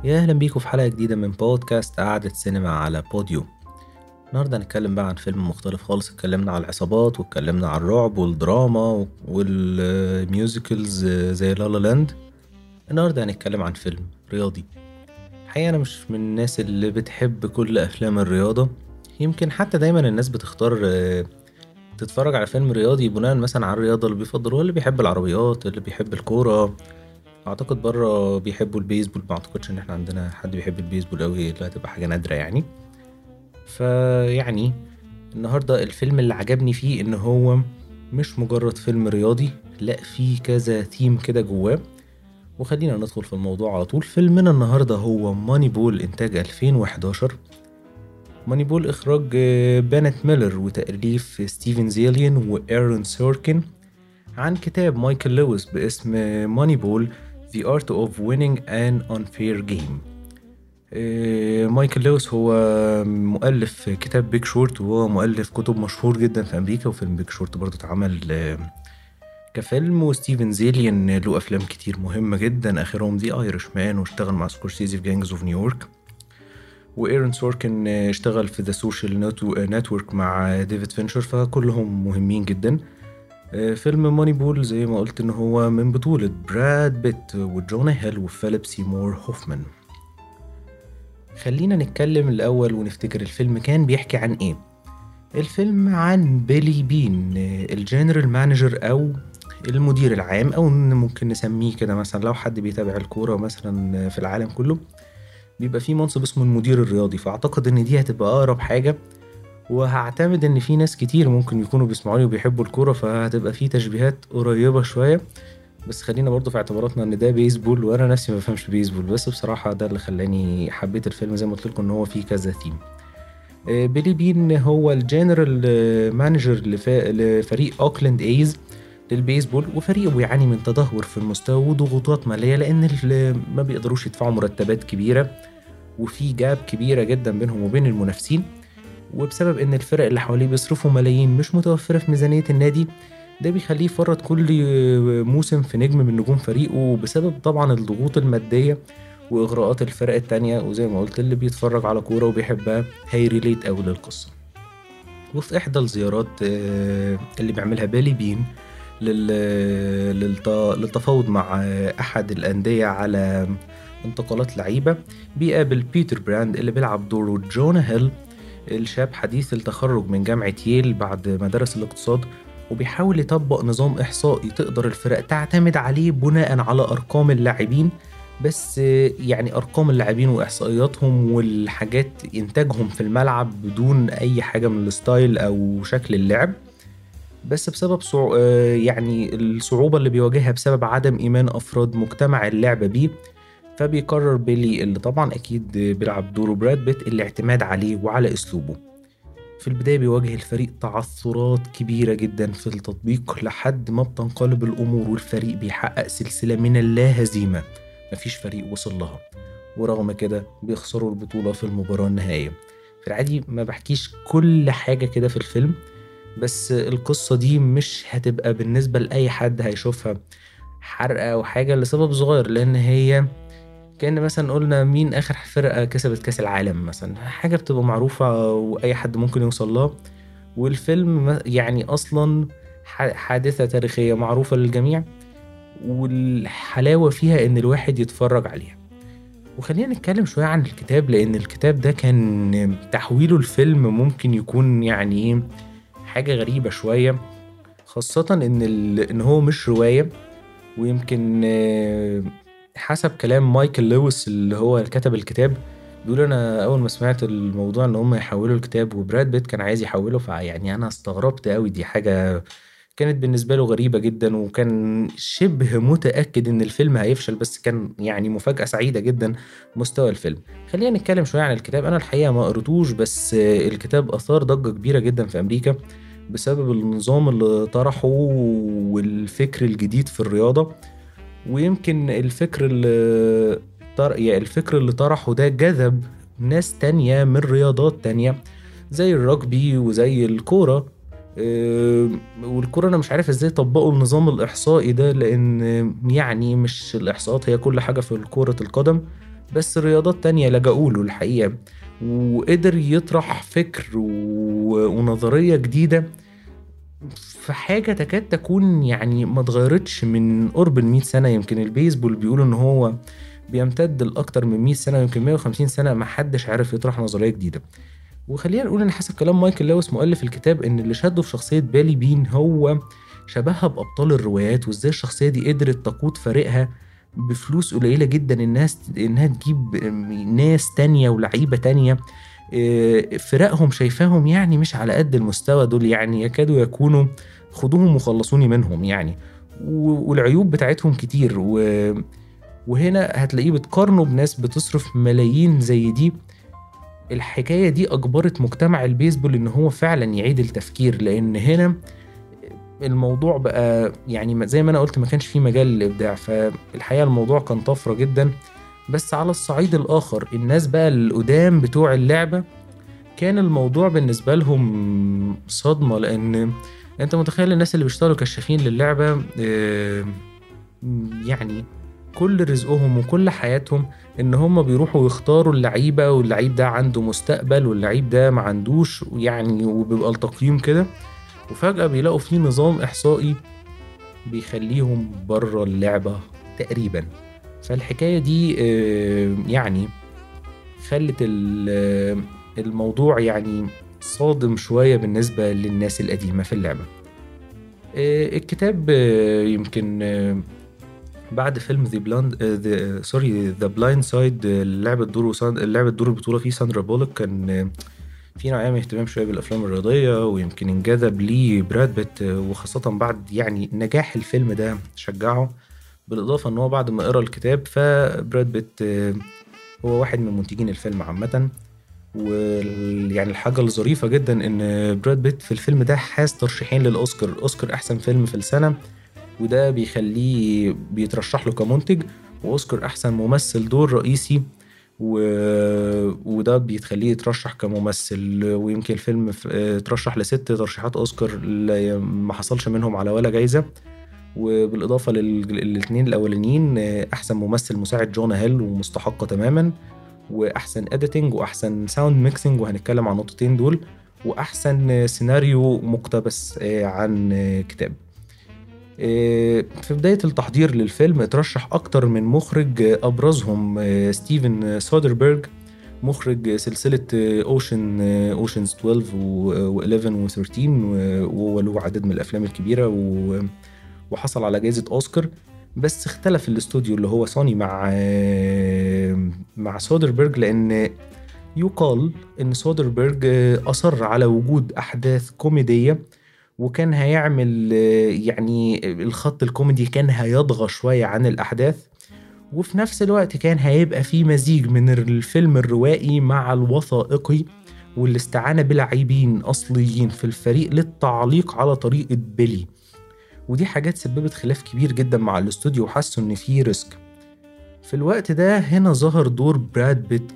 يا أهلا بيكم في حلقة جديدة من بودكاست قعدة سينما على بوديو. النهاردة هنتكلم بقى عن فيلم مختلف خالص. اتكلمنا على العصابات واتكلمنا على الرعب والدراما والميوزيكلز زي لالا لاند. النهاردة هنتكلم عن فيلم رياضي. الحقيقة أنا مش من الناس اللي بتحب كل أفلام الرياضة. يمكن حتى دايما الناس بتختار تتفرج على فيلم رياضي بناء مثلا على الرياضة اللي بيفضلوها، اللي بيحب العربيات، اللي بيحب الكورة. اعتقد بره بيحبوا البيسبول، ما اعتقدش ان احنا عندنا حد بيحب البيسبول قوي، اللي هتبقى حاجه نادره يعني. فيعني النهارده الفيلم اللي عجبني فيه ان هو مش مجرد فيلم رياضي، لا فيه كذا ثيم كده جواه. وخلينا ندخل في الموضوع على طول. فيلمنا النهارده هو ماني بول، انتاج 2011. ماني بول اخراج بانت ميلر وتأليف ستيفن زيليان وإيرون سوركن، عن كتاب مايكل لويس باسم ماني بول The Art of Winning an Unfair Game. مايكل لويس هو مؤلف كتاب بيج شورت، وهو مؤلف كتب مشهور جدا في أمريكا، وفيلم بيج شورت برضو اتعمل كفيلم. وستيفن زيليان له أفلام كتير مهمة جدا، آخرهم دي ايرش مان، واشتغل مع سكورسيزي في جانجز اوف نيويورك. وإيرون سوركن اشتغل في ذا سوشيال نتورك مع ديفيد فينشر، فكلهم مهمين جدا. فيلم ماني بول زي ما قلت ان هو من بطولة براد بيت وجونا هيل وفيليب سيمور هوفمان. خلينا نتكلم الأول ونفتكر الفيلم كان بيحكي عن ايه. الفيلم عن بيلي بين، الجنرال مانجر او المدير العام، او ممكن نسميه كده مثلا لو حد بيتابع الكورة مثلا في العالم كله بيبقى فيه منصب اسمه المدير الرياضي. فاعتقد ان دي هتبقى اقرب حاجة، وهعتمد ان في ناس كتير ممكن يكونوا بيسمعوني وبيحبوا الكورة، فهتبقى في تشبيهات قريبة شوية. بس خلينا برضو في اعتباراتنا ان ده بيسبول، وانا نفسي ما بفهمش بيسبول، بس بصراحة ده اللي خلاني حبيت الفيلم زي ما قلت لكم ان هو فيه كذا ثيم. بيلي بين هو الجنرال مانجر لفريق اوكلاند ايز للبيسبول، وفريقه بيعاني من تدهور في المستوى وضغوطات مالية، لان ما بيقدروش يدفعوا مرتبات كبيرة، وفي جاب كبيرة جدا بينهم وبين المنافسين. وبسبب ان الفرق اللي حواليه بيصرفوا ملايين مش متوفرة في ميزانية النادي، ده بيخليه يفرط كل موسم في نجم من نجوم فريقه، بسبب طبعا الضغوط المادية وإغراءات الفرق التانية. وزي ما قلت اللي بيتفرج على كورة وبيحبها هيريليت أوي للقصة. وفي إحدى الزيارات اللي بيعملها بالي بين للتفاوض مع أحد الأندية على انتقالات لعيبة، بيقابل بيتر براند اللي بيلعب دوره جونا هيل، الشاب حديث التخرج من جامعة ييل بعد ما درس الاقتصاد، وبيحاول يطبق نظام إحصائي تقدر الفرق تعتمد عليه بناء على أرقام اللاعبين. بس يعني أرقام اللاعبين وإحصائياتهم والحاجات إنتاجهم في الملعب بدون أي حاجة من الستايل أو شكل اللعب. بس بسبب يعني الصعوبة اللي بيواجهها بسبب عدم إيمان أفراد مجتمع اللعبة بيه، فبيقرر بيلي اللي طبعا أكيد بيلعب دوره براد بيت الاعتماد عليه وعلى أسلوبه. في البداية بيواجه الفريق تعثرات كبيرة جدا في التطبيق، لحد ما بتنقلب الأمور والفريق بيحقق سلسلة من اللا هزيمة مفيش فريق وصل لها. ورغم كده بيخسروا البطولة في المباراة النهائية. في العادي ما بحكيش كل حاجة كده في الفيلم، بس القصة دي مش هتبقى بالنسبة لأي حد هيشوفها حرقة أو حاجة لسبب صغير، لأن هي كأن مثلا قلنا مين آخر فرقة كسبت كأس العالم مثلا، حاجة بتبقى معروفة وأي حد ممكن يوصل لها. والفيلم يعني أصلا حادثة تاريخية معروفة للجميع، والحلاوة فيها إن الواحد يتفرج عليها. وخلينا نتكلم شوية عن الكتاب، لأن الكتاب ده كان تحويله الفيلم ممكن يكون يعني حاجة غريبة شوية، خاصة إن هو مش رواية. ويمكن حسب كلام مايكل لويس اللي هو كتب الكتاب، بيقول انا اول ما سمعت الموضوع ان هم يحولوا الكتاب وبراد بيت كان عايز يحوله، فيعني انا استغربت قوي. دي حاجة كانت بالنسبة له غريبة جدا، وكان شبه متأكد ان الفيلم هيفشل، بس كان يعني مفاجأة سعيدة جدا مستوى الفيلم. خلينا نتكلم شوية عن الكتاب. انا الحقيقة ما قريتوش، بس الكتاب اثار ضجة كبيرة جدا في امريكا بسبب النظام اللي طرحه والفكر الجديد في الرياضة. ويمكن يعني الفكر اللي طرحه ده جذب ناس تانية من رياضات تانية زي الرugby وزي الكورة. والكورة أنا مش عارف إزاي طبقوا النظام الإحصائي ده، لأن يعني مش الإحصاءات هي كل حاجة في كرة القدم. بس رياضات تانية لجأوا له الحقيقة، وقدر يطرح فكر ونظرية جديدة في حاجة تكاد تكون يعني ما اتغيرتش من قرب 100 سنة. يمكن البيسبول بيقولوا ان هو بيمتد لأكتر من 100 سنة، يمكن 150 سنة ما حدش عارف يطرح نظرية جديدة. وخلينا نقول ان حسب كلام مايكل لويس مؤلف الكتاب ان اللي شده في شخصية بالي بين هو شبهها بأبطال الروايات، وازاي الشخصية دي قدرت تقود فريقها بفلوس قليلة جدا الناس انها تجيب ناس تانية ولعيبة تانية فرقهم شايفاهم يعني مش على قد المستوى دول، يعني يكادوا يكونوا خدوهم وخلصوني منهم يعني. والعيوب بتاعتهم كتير وهنا هتلاقيه بتقارنه بناس بتصرف ملايين زي دي. الحكاية دي أجبرت مجتمع البيسبول إن هو فعلا يعيد التفكير، لأن هنا الموضوع بقى يعني زي ما أنا قلت ما كانش فيه مجال للإبداع. فالحقيقة الموضوع كان طفرة جدا. بس على الصعيد الآخر الناس بقى القدام بتوع اللعبة كان الموضوع بالنسبة لهم صدمة، لأن أنت متخيل الناس اللي بيشتغلوا كشافين للعبة يعني كل رزقهم وكل حياتهم إن هم بيروحوا يختاروا اللعيبة، واللعيب ده عنده مستقبل واللعيب ده ما عندوش يعني، وبيبقى التقييم كده. وفجأة بيلاقوا فيه نظام إحصائي بيخليهم بره اللعبة تقريبا. فالحكاية دي يعني خلت الموضوع يعني صادم شوية بالنسبة للناس القديمة في اللعبة. الكتاب يمكن بعد فيلم ذا بلايند سايد اللعبة دور البطولة فيه ساندرا بولوك، كان في نوعية من اهتمام شوية بالأفلام الرياضية، ويمكن انجذب ليه براد بيت، وخاصة بعد يعني نجاح الفيلم ده شجعه. بالإضافة إن هو بعد ما قرأ الكتاب فبراد بيت هو واحد من منتجين الفيلم عامة. ويعني الحاجة الظريفة جدا إن براد بيت في الفيلم ده حاز ترشيحين للأوسكار أحسن فيلم في السنة، وده بيخليه بيترشح له كمنتج، وأوسكار أحسن ممثل دور رئيسي وده بيتخليه يترشح كممثل. ويمكن الفيلم اترشح ل6 ترشيحات أوسكار ما حصلش منهم على ولا جايزة. وبالإضافة للاثنين الأولانيين أحسن ممثل مساعد جونا هيل ومستحقة تماما، وأحسن إديتنج وأحسن ساوند ميكسينج وهنتكلم عن النقطتين دول، وأحسن سيناريو مقتبس عن كتاب. في بداية التحضير للفيلم اترشح أكتر من مخرج أبرزهم ستيفن سودربيرج مخرج سلسلة أوشنز 12 و11 و13، وهو له عدد من الأفلام الكبيرة وحصل على جائزة أوسكار. بس اختلف الاستوديو اللي هو سوني مع سودربيرج، لأن يقال إن سودربيرج أصر على وجود أحداث كوميدية، وكان هيعمل يعني الخط الكوميدي كان هيضغى شوية عن الأحداث، وفي نفس الوقت كان هيبقى فيه مزيج من الفيلم الروائي مع الوثائقي، والاستعانة بلاعبين أصليين في الفريق للتعليق على طريقة بيلي. ودي حاجات سببت خلاف كبير جدا مع الاستوديو، وحسوا إن فيه ريسك. في الوقت ده هنا ظهر دور براد بيت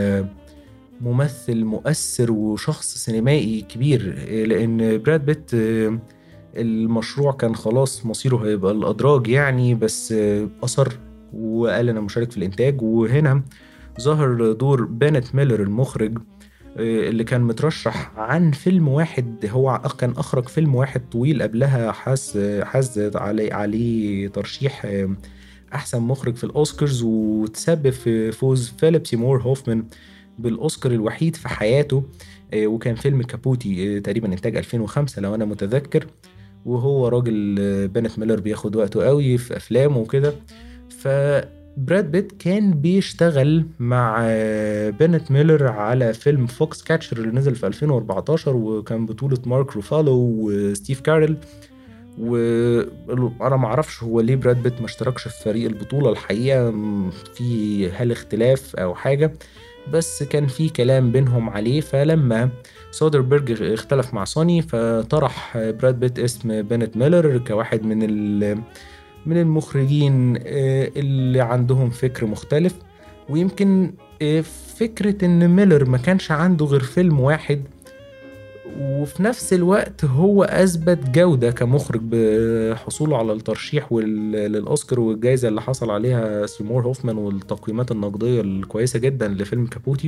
كممثل مؤثر وشخص سينمائي كبير، لأن براد بيت المشروع كان خلاص مصيره هيبقى الأدراج يعني، بس أصر وقال أنا مشارك في الإنتاج. وهنا ظهر دور بينت ميلر المخرج اللي كان مترشح عن فيلم واحد، هو كان أخرج فيلم واحد طويل قبلها حاز عليه ترشيح أحسن مخرج في الأوسكارز، وتسبب في فوز فيليب سيمور هوفمان بالأوسكار الوحيد في حياته. وكان فيلم كابوتي تقريبا إنتاج 2005 لو أنا متذكر. وهو راجل بينت ميلر بياخد وقته قوي في أفلامه وكده. فبراد بيت كان بيشتغل مع بينت ميلر على فيلم فوكس كاتشر اللي نزل في 2014، وكان بطولة مارك روفالو وستيف كارل. وانا ما اعرفش هو ليه براد بيت ما اشتركش في فريق البطولة الحقيقة، في هل اختلاف او حاجة، بس كان في كلام بينهم عليه. فلما سودربيرج اختلف مع سوني فطرح براد بيت اسم بينت ميلر كواحد من المخرجين اللي عندهم فكر مختلف. ويمكن فكرة ان ميلر ما كانش عنده غير فيلم واحد وفي نفس الوقت هو أثبت جودة كمخرج بحصوله على الترشيح للأوسكار والجائزة اللي حصل عليها سيمور هوفمان والتقييمات النقدية الكويسة جدا لفيلم كابوتي.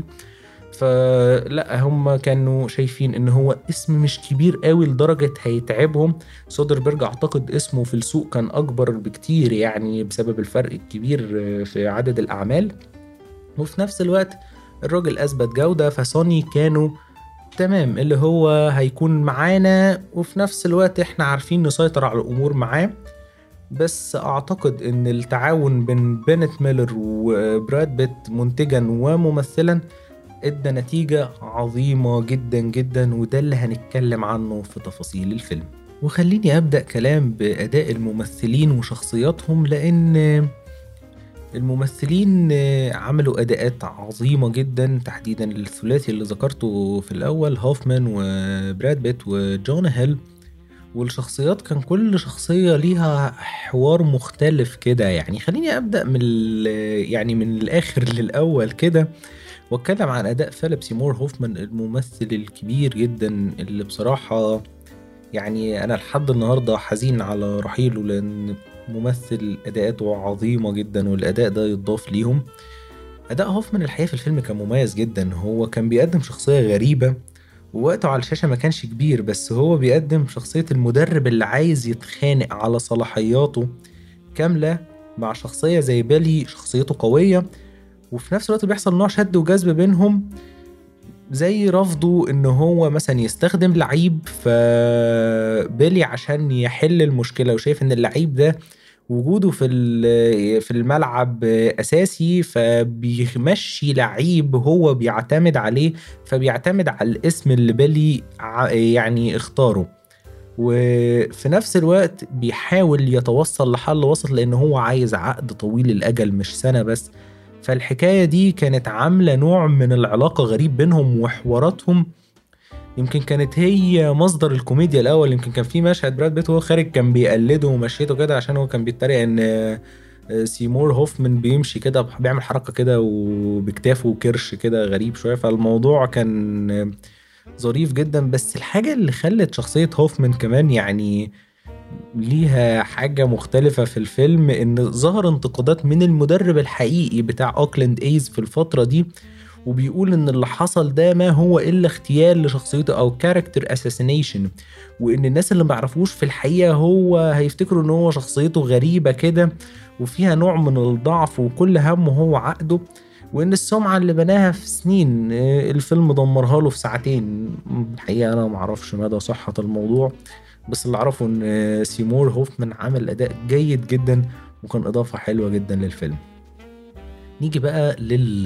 فلا هم كانوا شايفين ان هو اسم مش كبير قوي لدرجة هيتعبهم. سودربرج اعتقد اسمه في السوق كان اكبر بكتير يعني بسبب الفرق الكبير في عدد الاعمال. وفي نفس الوقت الراجل اثبت جودة، فسوني كانوا تمام اللي هو هيكون معانا، وفي نفس الوقت احنا عارفين نسيطر على الامور معاه. بس اعتقد ان التعاون بين بينت ميلر وبراد بيت منتجا وممثلا ادى نتيجة عظيمة جدا جدا، وده اللي هنتكلم عنه في تفاصيل الفيلم. وخليني أبدأ كلام بأداء الممثلين وشخصياتهم، لأن الممثلين عملوا أداءات عظيمة جدا، تحديدا الثلاثي اللي ذكرته في الأول هوفمان وبراد بيت وجون هيل. والشخصيات كان كل شخصية ليها حوار مختلف كده. يعني خليني أبدأ يعني من الآخر للأول كده، واتكلم عن اداء فيليب سيمور هوفمان الممثل الكبير جدا اللي بصراحة يعني انا لحد النهاردة حزين على رحيله، لان ممثل اداءاته عظيمة جدا والاداء ده يضاف ليهم. اداء هوفمان الحقيقة في الفيلم كان مميز جدا. هو كان بيقدم شخصية غريبة، ووقته على الشاشة ما كانش كبير، بس هو بيقدم شخصية المدرب اللي عايز يتخانق على صلاحياته كاملة مع شخصية زي بيلي شخصيته قوية، وفي نفس الوقت بيحصل نوع شد وجذب بينهم، زي رفضه ان هو مثلا يستخدم لعيب فبيلي عشان يحل المشكلة، وشايف ان اللعيب ده وجوده في الملعب اساسي، فبيمشي لعيب هو بيعتمد عليه، فبيعتمد على الاسم اللي بيلي يعني اختاره. وفي نفس الوقت بيحاول يتوصل لحل وسط، لان هو عايز عقد طويل الاجل مش سنة بس. فالحكاية دي كانت عاملة نوع من العلاقة غريب بينهم، وحواراتهم يمكن كانت هي مصدر الكوميديا الأول. يمكن كان في مشهد براد بيت وهو خارج كان بيقلده ومشيته كده، عشان هو كان بيتريق إن سيمور هوفمان بيمشي كده بيعمل حركة كده وبكتافه وكرش كده غريب شوية. فالموضوع كان ظريف جدا. بس الحاجة اللي خلت شخصية هوفمان كمان يعني ليها حاجة مختلفة في الفيلم، ان ظهر انتقادات من المدرب الحقيقي بتاع اوكلاند ايز في الفترة دي، وبيقول ان اللي حصل ده ما هو الا اغتيال لشخصيته او كاركتر اساسينيشن، وان الناس اللي ما يعرفوش في الحقيقة هو هيفتكروا ان هو شخصيته غريبة كده وفيها نوع من الضعف، وكل همه هو عقده، وان السمعة اللي بناها في سنين الفيلم دمرها له في ساعتين. الحقيقة انا ما اعرفش مدى صحة الموضوع، بس اللي اعرفه ان سيمور هوفمان عمل اداء جيد جدا، وكان اضافة حلوة جدا للفيلم. نيجي بقى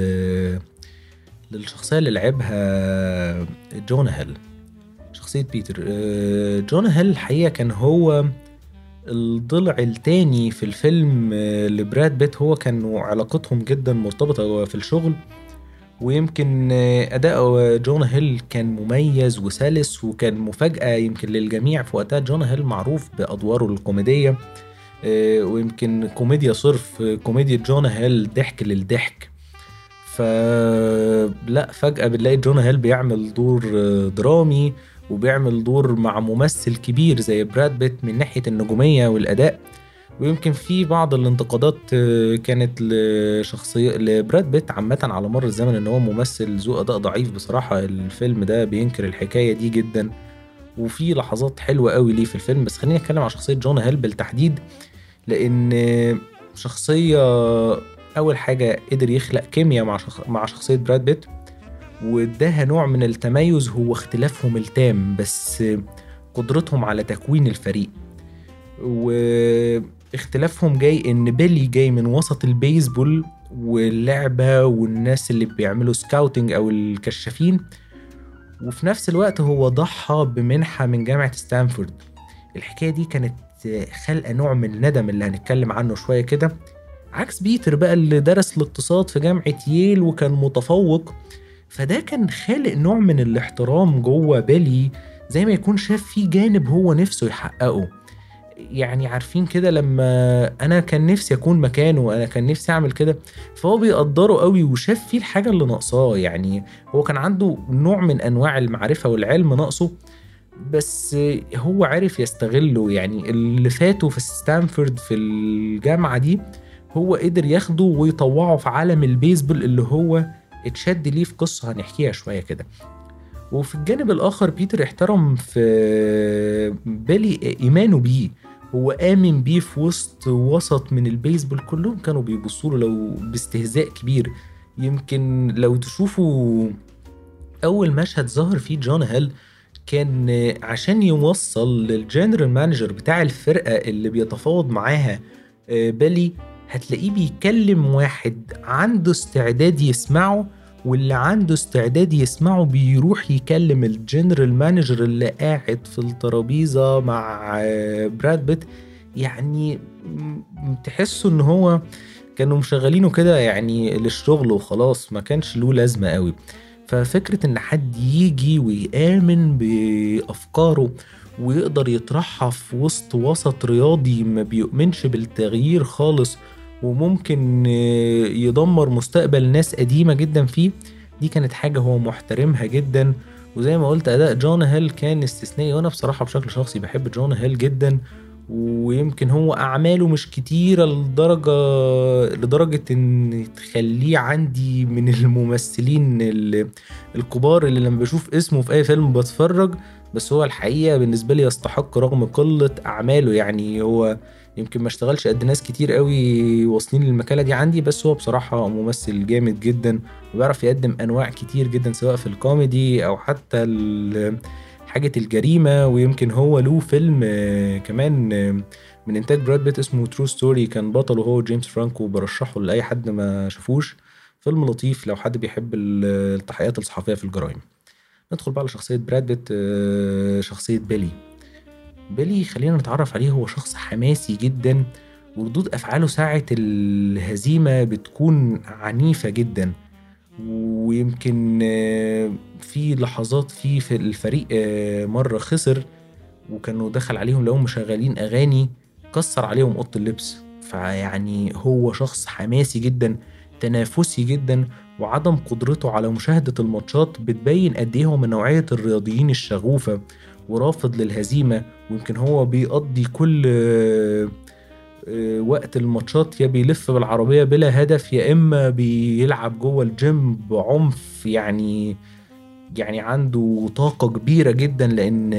للشخصية اللي لعبها جون هيل، شخصية بيتر. جون هيل الحقيقة كان هو الضلع التاني في الفيلم لبراد بيت. هو كانوا علاقتهم جدا مرتبطة في الشغل، ويمكن أداء جون هيل كان مميز وسلس، وكان مفاجأة يمكن للجميع في وقتها. جون هيل معروف بأدواره الكوميدية، ويمكن كوميديا صرف، كوميديا جون هيل ضحك للضحك. فلا فجأة بنلاقي جون هيل بيعمل دور درامي، وبيعمل دور مع ممثل كبير زي براد بيت من ناحية النجومية والأداء. ويمكن في بعض الانتقادات كانت لشخصية لبراد بيت عامة على مر الزمن ان هو ممثل ذو اداء ضعيف. بصراحة الفيلم ده بينكر الحكاية دي جدا، وفي لحظات حلوة قوي ليه في الفيلم. بس خليني اتكلم عن شخصية جون هيل بالتحديد، لان شخصية اول حاجة قدر يخلق كيمياء مع شخصية براد بيت، واداها نوع من التميز هو اختلافهم التام بس قدرتهم على تكوين الفريق. واختلافهم جاي ان بيلي جاي من وسط البيسبول واللعبة والناس اللي بيعملوا سكاوتنج او الكشافين، وفي نفس الوقت هو ضحى بمنحة من جامعة ستانفورد. الحكاية دي كانت خلق نوع من الندم اللي هنتكلم عنه شوية كده، عكس بيتر بقى اللي درس الاقتصاد في جامعة ييل وكان متفوق. فده كان خالق نوع من الاحترام جوه بيلي، زي ما يكون شاف فيه جانب هو نفسه يحققه. يعني عارفين كده لما انا كان نفسي اكون مكانه وانا كان نفسي اعمل كده. فهو بيقدره قوي وشاف فيه الحاجة اللي ناقصاه. يعني هو كان عنده نوع من انواع المعرفة والعلم ناقصه، بس هو عرف يستغله. يعني اللي فاته في ستانفورد في الجامعة دي هو قدر ياخده ويطوعه في عالم البيسبول اللي هو اتشد ليه في قصة هنحكيها شوية كده. وفي الجانب الآخر بيتر احترم في بالي إيمانه بيه. هو آمن بيه في وسط من البيسبول كلهم كانوا بيبصوا له لو باستهزاء كبير. يمكن لو تشوفوا أول مشهد ظهر فيه جون هيل، كان عشان يوصل للجنرال مانجر بتاع الفرقة اللي بيتفاوض معاها بالي، هتلاقيه بيكلم واحد عنده استعداد يسمعه، واللي عنده استعداد يسمعه بيروح يكلم الجنرال مانجر اللي قاعد في الترابيزة مع براد بيت. يعني تحسوا ان هو كانوا مشغلينه كده يعني للشغل وخلاص، ما كانش له لازمة قوي. ففكرة ان حد يجي ويآمن بأفكاره ويقدر يطرحها في وسط رياضي ما بيؤمنش بالتغيير خالص، وممكن يدمر مستقبل ناس قديمة جدا فيه، دي كانت حاجة هو محترمها جدا. وزي ما قلت أداء جون هيل كان استثنائي، وأنا بصراحة بشكل شخصي بحب جون هيل جدا. ويمكن هو أعماله مش كتيرة لدرجة إن تخليه عندي من الممثلين الكبار اللي لما بشوف اسمه في أي فيلم بتفرج. بس هو الحقيقة بالنسبة لي يستحق رغم قلة أعماله. يعني هو يمكن ما اشتغلش قد ناس كتير قوي واصلين للمكانة دي عندي، بس هو بصراحة ممثل جامد جدا وبيعرف يقدم أنواع كتير جدا سواء في الكوميدي أو حتى حاجة الجريمة. ويمكن هو له فيلم كمان من إنتاج براد بيت اسمه ترو ستوري، كان بطله هو جيمس فرانكو، برشحه لأي حد ما شافوش. فيلم لطيف لو حد بيحب التحقيقات الصحفية في الجرائم. ندخل بقى على شخصية براد بيت، شخصية بيلي. بيلي خلينا نتعرف عليه، هو شخص حماسي جدا، وردود أفعاله ساعة الهزيمة بتكون عنيفة جدا. ويمكن في لحظات في الفريق مرة خسر وكانوا دخل عليهم لو مشغلين أغاني، كسر عليهم أوضة اللبس. فيعني هو شخص حماسي جدا، تنافسي جدا، وعدم قدرته على مشاهدة الماتشات بتبين قد ايه هو من نوعية الرياضيين الشغوفة ورافض للهزيمة. ويمكن هو بيقضي كل وقت الماتشات يا بيلف بالعربية بلا هدف، يا إما بيلعب جوه الجيم بعنف. يعني عنده طاقة كبيرة جدا، لأن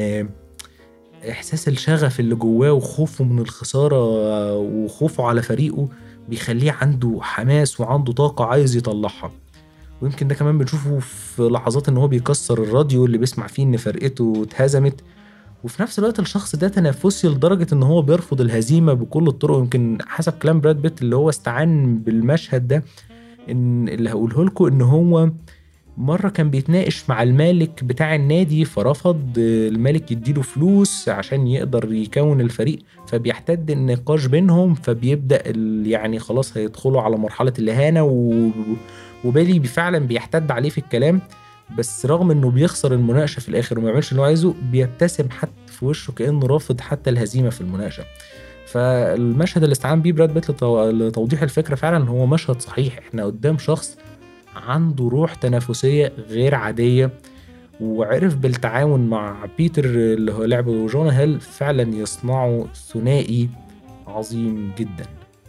إحساس الشغف اللي جواه وخوفه من الخسارة وخوفه على فريقه بيخليه عنده حماس وعنده طاقة عايز يطلعها. ويمكن ده كمان بنشوفه في لحظات إن هو بيكسر الراديو اللي بيسمع فيه إن فرقته اتهزمت. وفي نفس الوقت الشخص ده تنافسي لدرجة ان هو بيرفض الهزيمة بكل الطرق. يمكن حسب كلام براد بيت اللي هو استعان بالمشهد ده، ان اللي هقوله لكم ان هو مرة كان بيتناقش مع المالك بتاع النادي، فرفض المالك يديله فلوس عشان يقدر يكون الفريق، فبيحتد النقاش بينهم، فبيبدأ يعني خلاص هيدخلوا على مرحلة الإهانة وبالي فعلا بيحتد عليه في الكلام. بس رغم انه بيخسر المناقشه في الاخر وما يعملش اللي هو عايزه، بيبتسم حتى في وشه كانه رافض حتى الهزيمه في المناقشه. فالمشهد اللي استعان بيه براد بيت لتوضيح الفكره فعلا هو مشهد صحيح. احنا قدام شخص عنده روح تنافسيه غير عاديه، وعرف بالتعاون مع بيتر اللي هو لعبه جون هيل فعلا يصنعوا ثنائي عظيم جدا.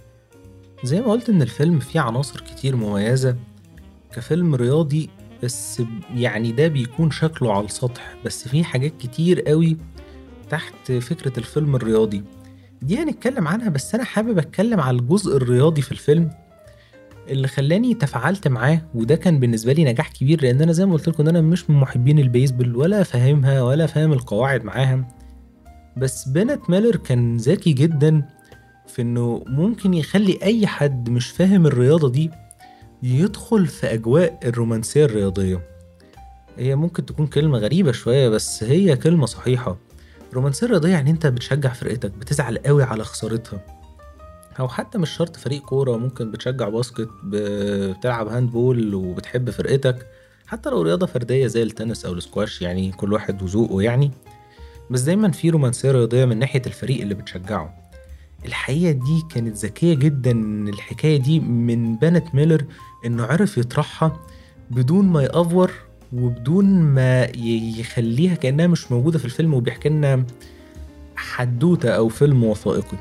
زي ما قلت ان الفيلم فيه عناصر كتير مميزه كفيلم رياضي، بس يعني ده بيكون شكله على السطح، بس في حاجات كتير قوي تحت فكرة الفيلم الرياضي دي هنتكلم عنها. بس أنا حابب أتكلم على الجزء الرياضي في الفيلم اللي خلاني تفاعلت معاه، وده كان بالنسبة لي نجاح كبير، لأن أنا زي ما قلت لكم إن أنا مش من محبين البيسبول ولا فاهمها ولا فاهم القواعد معاها. بس بينت ميلر كان ذكي جدا في إنه ممكن يخلي أي حد مش فاهم الرياضة دي يدخل في أجواء الرومانسية الرياضية. هي ممكن تكون كلمة غريبة شوية بس هي كلمة صحيحة. الرومانسية الرياضية يعني انت بتشجع فرقتك، بتزعل قوي على خسارتها، او حتى مش شرط فريق كورة، ممكن بتشجع باسكت، بتلعب هاندبول وبتحب فرقتك، حتى لو رياضة فردية زي التنس او السكواش، يعني كل واحد وذوقه يعني. بس دايما في رومانسية رياضية من ناحية الفريق اللي بتشجعه. الحقيقة دي كانت ذكية جدا، الحكاية دي من بنت ميلر، انه عرف يطرحها بدون ما يأفور وبدون ما يخليها كأنها مش موجودة في الفيلم وبيحكي لنا حدوتة أو فيلم وثائقي.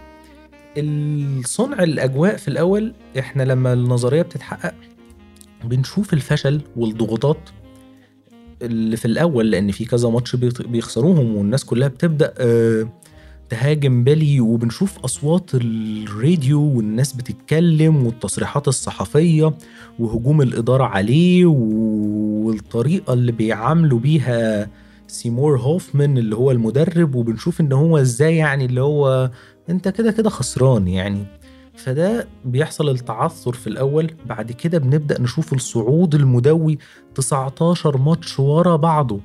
الصنع الأجواء في الأول، إحنا لما النظرية بتتحقق بنشوف الفشل والضغوطات اللي في الأول، لأن في كذا ماتش بيخسروهم والناس كلها بتبدأ تهاجم بالي، وبنشوف أصوات الراديو والناس بتتكلم والتصريحات الصحفية وهجوم الإدارة عليه والطريقة اللي بيعاملوا بيها سيمور هوفمان اللي هو المدرب، وبنشوف إن هو إزاي يعني اللي هو أنت كده كده خسران يعني. فده بيحصل التعثر في الأول، بعد كده بنبدأ نشوف الصعود المدوي 19 ماتش ورا بعضه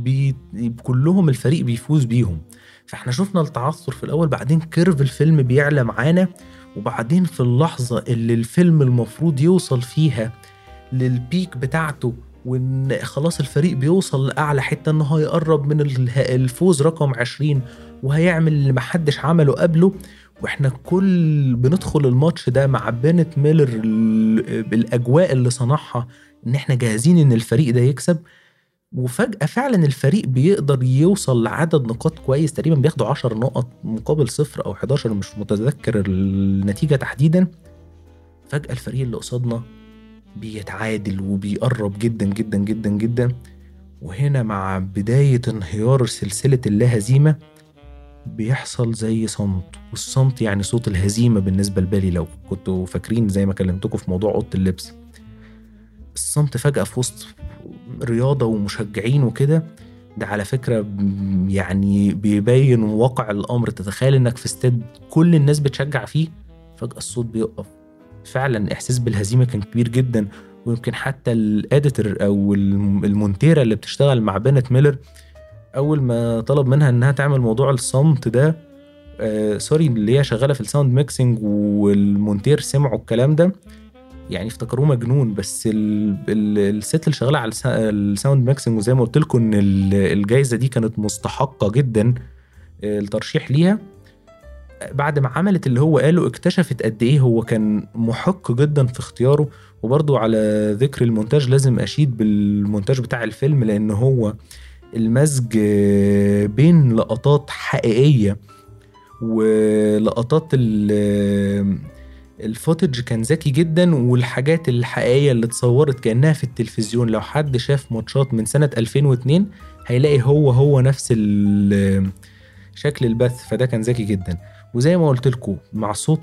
كلهم الفريق بيفوز بيهم. فاحنا شفنا التعثر في الأول، بعدين كيرف الفيلم بيعلى معانا، وبعدين في اللحظة اللي الفيلم المفروض يوصل فيها للبيك بتاعته وإن خلاص الفريق بيوصل لأعلى حتة إنه هيقرب من الفوز رقم 20 وهيعمل اللي محدش عمله قبله، واحنا كل بندخل الماتش ده مع بنت ميلر بالأجواء اللي صنعها إن احنا جاهزين إن الفريق ده يكسب. وفجأة فعلا الفريق بيقدر يوصل لعدد نقاط كويس، تقريبا بياخدوا 10 نقط مقابل 0 أو 11، مش متذكر النتيجة تحديدا. فجأة الفريق اللي قصادنا بيتعادل وبيقرب جدا جدا جدا جدا، وهنا مع بداية انهيار سلسلة اللا هزيمة بيحصل زي صمت، والصمت يعني صوت الهزيمة بالنسبة لبالي، لو كنتوا فاكرين زي ما كلمتكم في موضوع أوضة اللبس. الصمت فجأة في وسط رياضة ومشجعين وكده، ده على فكرة يعني بيبين واقع الأمر. تتخيل إنك في استاد كل الناس بتشجع فيه، فجأة الصوت بيقف. فعلا إحساس بالهزيمة كان كبير جدا، ويمكن حتى الاديتور أو المونتيرة اللي بتشتغل مع بنت ميلر أول ما طلب منها إنها تعمل موضوع الصمت ده، سوري، اللي هي شغالة في الساوند ميكسينج والمونتير سمعوا الكلام ده يعني افتكروه مجنون. بس الست اللي شغاله على الساوند ميكسنج، وزي ما قلت لكم ان الجائزه دي كانت مستحقه جدا الترشيح ليها، بعد ما عملت اللي هو قاله اكتشفت قد ايه هو كان محق جدا في اختياره. وبرضو على ذكر المونتاج لازم اشيد بالمونتاج بتاع الفيلم، لان هو المزج بين لقطات حقيقيه ولقطات الفوتج كان ذكي جدا، والحاجات الحقيقية اللي اتصورت كأنها في التلفزيون. لو حد شاف ماتشات من سنة 2002 هيلاقي هو نفس شكل البث، فده كان ذكي جدا. وزي ما قلت لكم مع صوت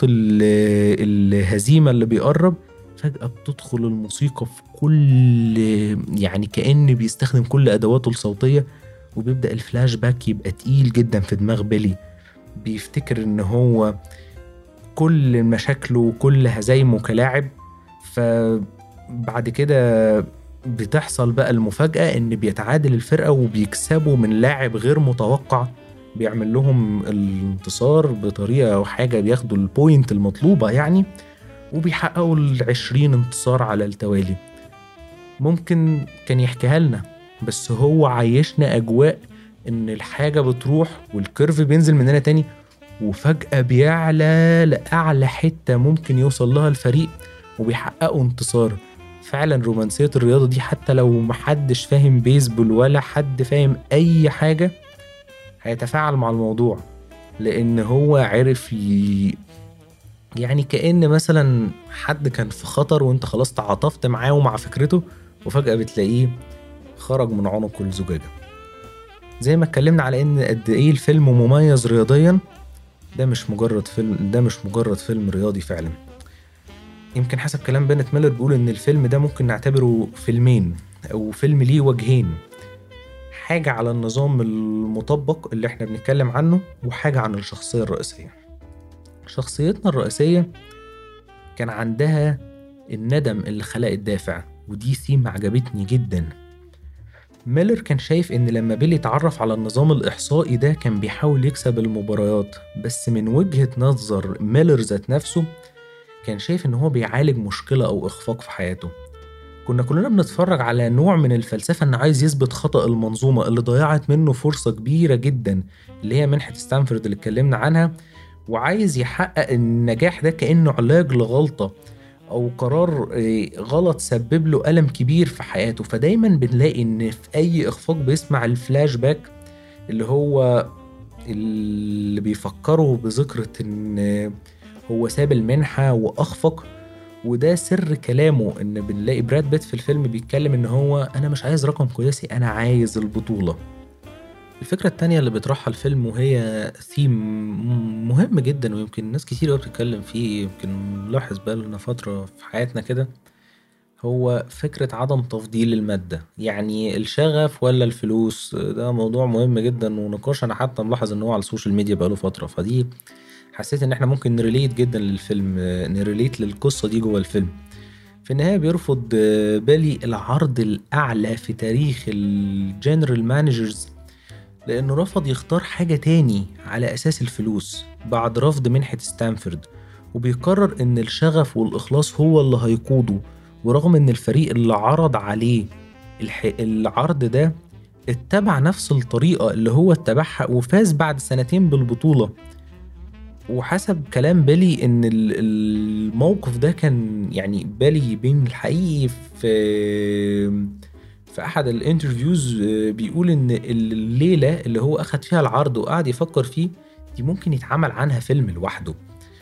الهزيمة اللي بيقرب، فجأة بتدخل الموسيقى في كل يعني كأن بيستخدم كل أدواته الصوتية، وبيبدأ الفلاش باك يبقى تقيل جدا في دماغ بيلي. بيفتكر ان هو كل مشاكله وكل هزايمه كلاعب. فبعد كده بتحصل بقى المفاجأة ان بيتعادل الفرقة وبيكسبوا من لاعب غير متوقع، بيعمل لهم الانتصار بطريقة او حاجة، بياخدوا البوينت المطلوبة يعني، وبيحققوا 20 انتصار على التوالي. ممكن كان يحكيها لنا، بس هو عايشنا اجواء ان الحاجة بتروح والكيرف بينزل مننا تاني، وفجأة بيعلى لأعلى حتة ممكن يوصل لها الفريق وبيحققوا انتصار. فعلا رومانسية الرياضة دي حتى لو محدش فاهم بيسبول ولا حد فاهم أي حاجة هيتفاعل مع الموضوع، لأن هو عرف يعني كأن مثلا حد كان في خطر وانت خلاص تعاطفت معاه ومع فكرته، وفجأة بتلاقيه خرج من عنق الزجاجة. زي ما اتكلمنا على ان قد ايه الفيلم مميز رياضيا، ده مش مجرد فيلم رياضي فعلا. يمكن حسب كلام بنت ميلر بيقول ان الفيلم ده ممكن نعتبره فيلمين او فيلم ليه وجهين، حاجة على النظام المطبق اللي احنا بنتكلم عنه، وحاجة عن الشخصية الرئيسية. شخصيتنا الرئيسية كان عندها الندم اللي خلق الدافع، ودي ثيم عجبتني جدا. ميلر كان شايف ان لما بيلي اتعرف على النظام الإحصائي ده كان بيحاول يكسب المباريات، بس من وجهة نظر ميلر ذات نفسه كان شايف ان هو بيعالج مشكلة او اخفاق في حياته. كنا كلنا بنتفرج على نوع من الفلسفة إنه عايز يثبت خطأ المنظومة اللي ضيعت منه فرصة كبيرة جدا، اللي هي منحة ستانفورد اللي اتكلمنا عنها، وعايز يحقق النجاح ده كأنه علاج لغلطة أو قرار غلط سبب له ألم كبير في حياته. فدايما بنلاقي إن في أي إخفاق بيسمع الفلاش باك، اللي هو اللي بيفكروا بذكرى إن هو ساب المنحة وأخفق. وده سر كلامه، إن بنلاقي براد بيت في الفيلم بيتكلم إن هو أنا مش عايز رقم قياسي، أنا عايز البطولة. الفكرة التانية اللي بيطرحها الفيلم، وهي ثيم مهم جدا ويمكن ناس كتير قوي بتتكلم فيه، يمكن نلاحظ بقالنا فترة في حياتنا كده، هو فكرة عدم تفضيل المادة. يعني الشغف ولا الفلوس، ده موضوع مهم جدا ونقاش أنا حتى ملاحظ إن هو على السوشيال ميديا بقاله فترة. فدي حسيت إن إحنا ممكن نريليت جدا للفيلم، نريليت للقصة دي جوه الفيلم. في النهاية بيرفض بالي العرض الأعلى في تاريخ الجنرال مانجرز، لأنه رفض يختار حاجة تاني على أساس الفلوس بعد رفض منحة ستانفورد، وبيقرر إن الشغف والإخلاص هو اللي هيقوده. ورغم إن الفريق اللي عرض عليه العرض ده اتبع نفس الطريقة اللي هو اتبعها وفاز بعد سنتين بالبطولة. وحسب كلام بالي إن الموقف ده كان يعني بالي بين الحقيقي في أحد الانترفيوز بيقول إن الليلة اللي هو أخد فيها العرض وقعد يفكر فيه دي ممكن يتعمل عنها فيلم لوحده.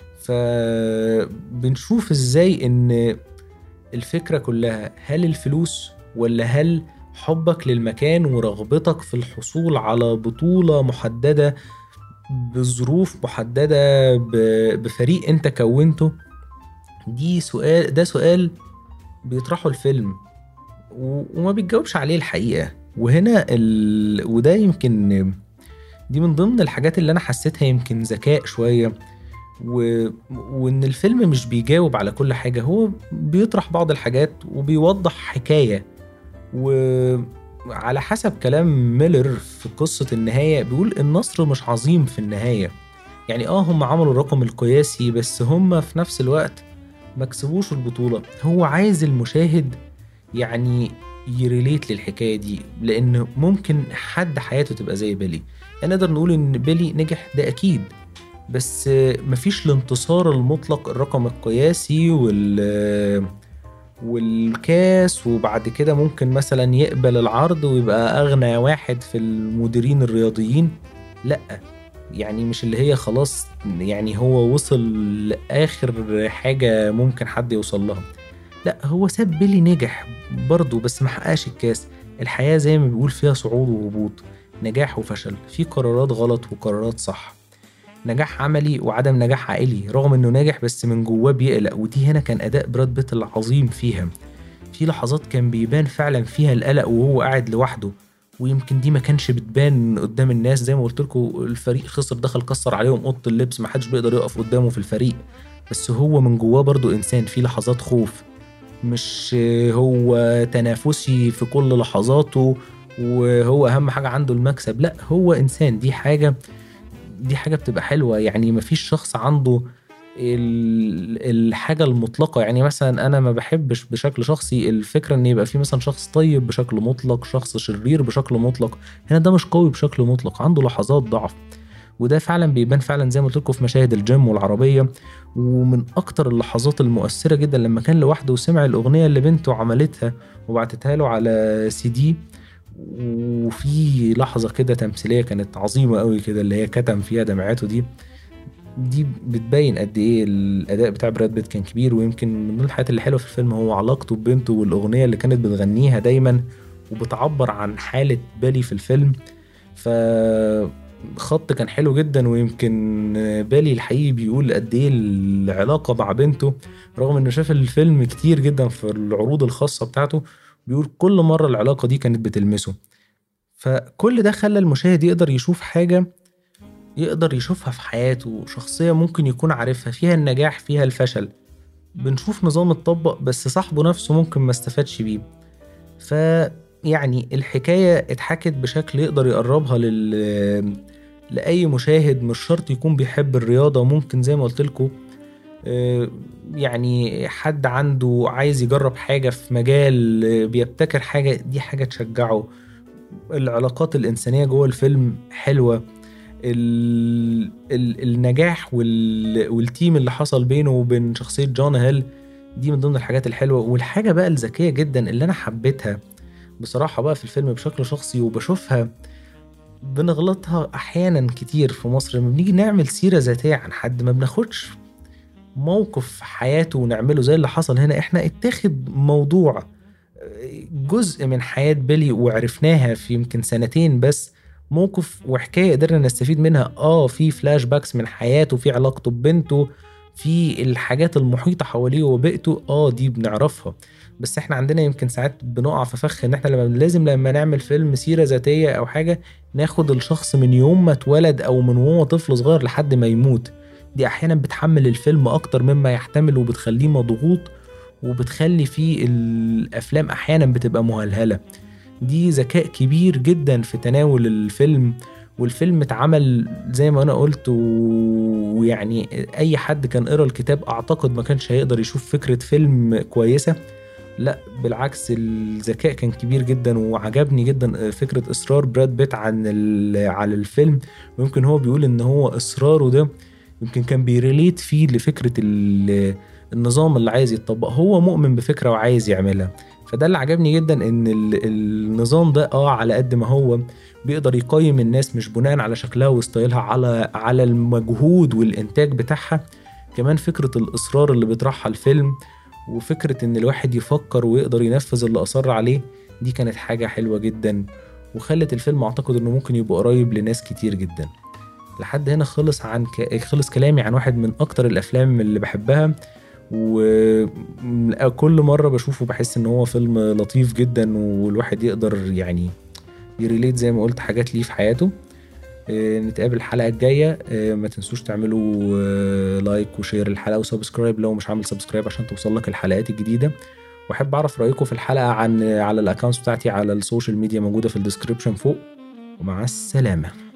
فبنشوف إزاي إن الفكرة كلها هل الفلوس ولا هل حبك للمكان ورغبتك في الحصول على بطولة محددة بظروف محددة بفريق انت كونته. ده سؤال بيطرحه الفيلم وما بيتجاوبش عليه الحقيقة. وهنا وده يمكن دي من ضمن الحاجات اللي أنا حسيتها يمكن ذكاء شوية، وإن الفيلم مش بيجاوب على كل حاجة، هو بيطرح بعض الحاجات وبيوضح حكاية. وعلى حسب كلام ميلر في قصة النهاية بيقول النصر مش عظيم في النهاية. يعني هم عملوا الرقم القياسي بس هم في نفس الوقت ما كسبوش البطولة. هو عايز المشاهد يعني يريليت للحكاية دي، لأن ممكن حد حياته تبقى زي بيلي. يعني نقدر نقول إن بيلي نجح ده أكيد، بس مفيش الانتصار المطلق، الرقم القياسي والكاس، وبعد كده ممكن مثلا يقبل العرض ويبقى أغنى واحد في المديرين الرياضيين. لأ، يعني مش اللي هي خلاص يعني هو وصل لآخر حاجة ممكن حد يوصل لها. لا، هو ساب بيلي نجح برضه بس محققش الكاس. الحياة زي ما بيقول فيها صعود وهبوط، نجاح وفشل، في قرارات غلط وقرارات صح، نجاح عملي وعدم نجاح عائلي. رغم انه ناجح بس من جواه بيقلق، ودي هنا كان اداء براد بيت العظيم فيها. في لحظات كان بيبان فعلا فيها القلق وهو قاعد لوحده، ويمكن دي ما كانش بتبان قدام الناس. زي ما قلت لكم الفريق خسر، دخل كسر عليهم اوضه اللبس، ما حدش بيقدر يقف قدامه في الفريق، بس هو من جواه برضو انسان في لحظات خوف. مش هو تنافسي في كل لحظاته وهو اهم حاجه عنده المكسب، لا هو انسان. دي حاجه بتبقى حلوه. يعني مفيش شخص عنده الحاجه المطلقه. يعني مثلا انا ما بحبش بشكل شخصي الفكره ان يبقى في مثلا شخص طيب بشكل مطلق، شخص شرير بشكل مطلق. هنا ده مش قوي بشكل مطلق، عنده لحظات ضعف، وده فعلا بيبان فعلا زي ما قلت لكم في مشاهد الجيم والعربيه. ومن اكتر اللحظات المؤثره جدا لما كان لوحده وسمع الاغنيه اللي بنته عملتها وبعتتها له على سي دي، وفي لحظه كده تمثيليه كانت عظيمه قوي كده اللي هي كتم فيها دمعاته دي بتبين قد ايه الاداء بتاع براد بيت كان كبير. ويمكن من ضمن الحاجات اللي حلوه في الفيلم هو علاقته ببنته والاغنيه اللي كانت بتغنيها دايما وبتعبر عن حاله بالي في الفيلم. فخط كان حلو جدا. ويمكن بالي الحقيقي بيقول قد ايه العلاقه مع بنته، رغم انه شاف الفيلم كتير جدا في العروض الخاصه بتاعته، بيقول كل مره العلاقه دي كانت بتلمسه. فكل ده خلى المشاهد يقدر يشوف حاجه يقدر يشوفها في حياته، شخصية ممكن يكون عارفها، فيها النجاح فيها الفشل. بنشوف نظام اتطبق بس صاحبه نفسه ممكن ما استفادش بيه. يعني الحكاية اتحكت بشكل يقدر يقربها لأي مشاهد مش شرط يكون بيحب الرياضة. ممكن زي ما قلت لكم آه، يعني حد عنده عايز يجرب حاجة في مجال، بيبتكر حاجة، دي حاجة تشجعه. العلاقات الإنسانية جوه الفيلم حلوة. النجاح والتيم اللي حصل بينه وبين شخصية جون هيل، دي من ضمن الحاجات الحلوة. والحاجة بقى الذكية جدا اللي أنا حبيتها بصراحة بقى في الفيلم بشكل شخصي وبشوفها بنغلطها أحيانا كتير في مصر، لما بنيجي نعمل سيرة ذاتية عن حد ما بناخدش موقف في حياته ونعمله زي اللي حصل هنا. احنا اتاخد موضوع جزء من حياة بيلي وعرفناها في يمكن سنتين بس، موقف وحكاية قدرنا نستفيد منها. في فلاش باكس من حياته، في علاقته ببنته، في الحاجات المحيطة حواليه وبيئته، دي بنعرفها. بس احنا عندنا يمكن ساعات بنقع في فخ ان احنا لما نعمل فيلم سيرة ذاتية او حاجة، ناخد الشخص من يوم ما اتولد او من وهو طفل صغير لحد ما يموت. دي احيانا بتحمل الفيلم اكتر مما يحتمل وبتخليه مضغوط، وبتخلي فيه الافلام احيانا بتبقى مهلهلة. دي ذكاء كبير جدا في تناول الفيلم. والفيلم اتعمل زي ما انا قلت ويعني اي حد كان قرأ الكتاب اعتقد ما كانش هيقدر يشوف فكرة فيلم كويسة. لا بالعكس، الذكاء كان كبير جدا. وعجبني جدا فكرة اصرار براد بيت على الفيلم. ويمكن هو بيقول ان هو اصراره ده يمكن كان بيريليت فيه لفكرة النظام اللي عايز يتطبق. هو مؤمن بفكرة وعايز يعملها. فده اللي عجبني جدا، ان النظام ده على قد ما هو بيقدر يقيم الناس مش بناء على شكلها وستايلها، على المجهود والانتاج بتاعها، كمان فكرة الاصرار اللي بيطرحها الفيلم، وفكرة ان الواحد يفكر ويقدر ينفذ اللي اصر عليه. دي كانت حاجة حلوة جدا، وخلت الفيلم اعتقد انه ممكن يبقى قريب لناس كتير جدا. لحد هنا خلص كلامي عن واحد من اكتر الافلام اللي بحبها، وكل مرة بشوفه بحس ان هو فيلم لطيف جدا، والواحد يقدر يعني يريليت زي ما قلت حاجات ليه في حياته. نتقابل الحلقة الجاية. ما تنسوش تعملوا لايك وشير الحلقة وسبسكرايب لو مش عامل سبسكرايب عشان توصلك الحلقات الجديدة. واحب اعرف رأيكم في الحلقة على الاكونت بتاعتي على السوشيال ميديا، موجودة في الديسكريبشن فوق. ومع السلامة.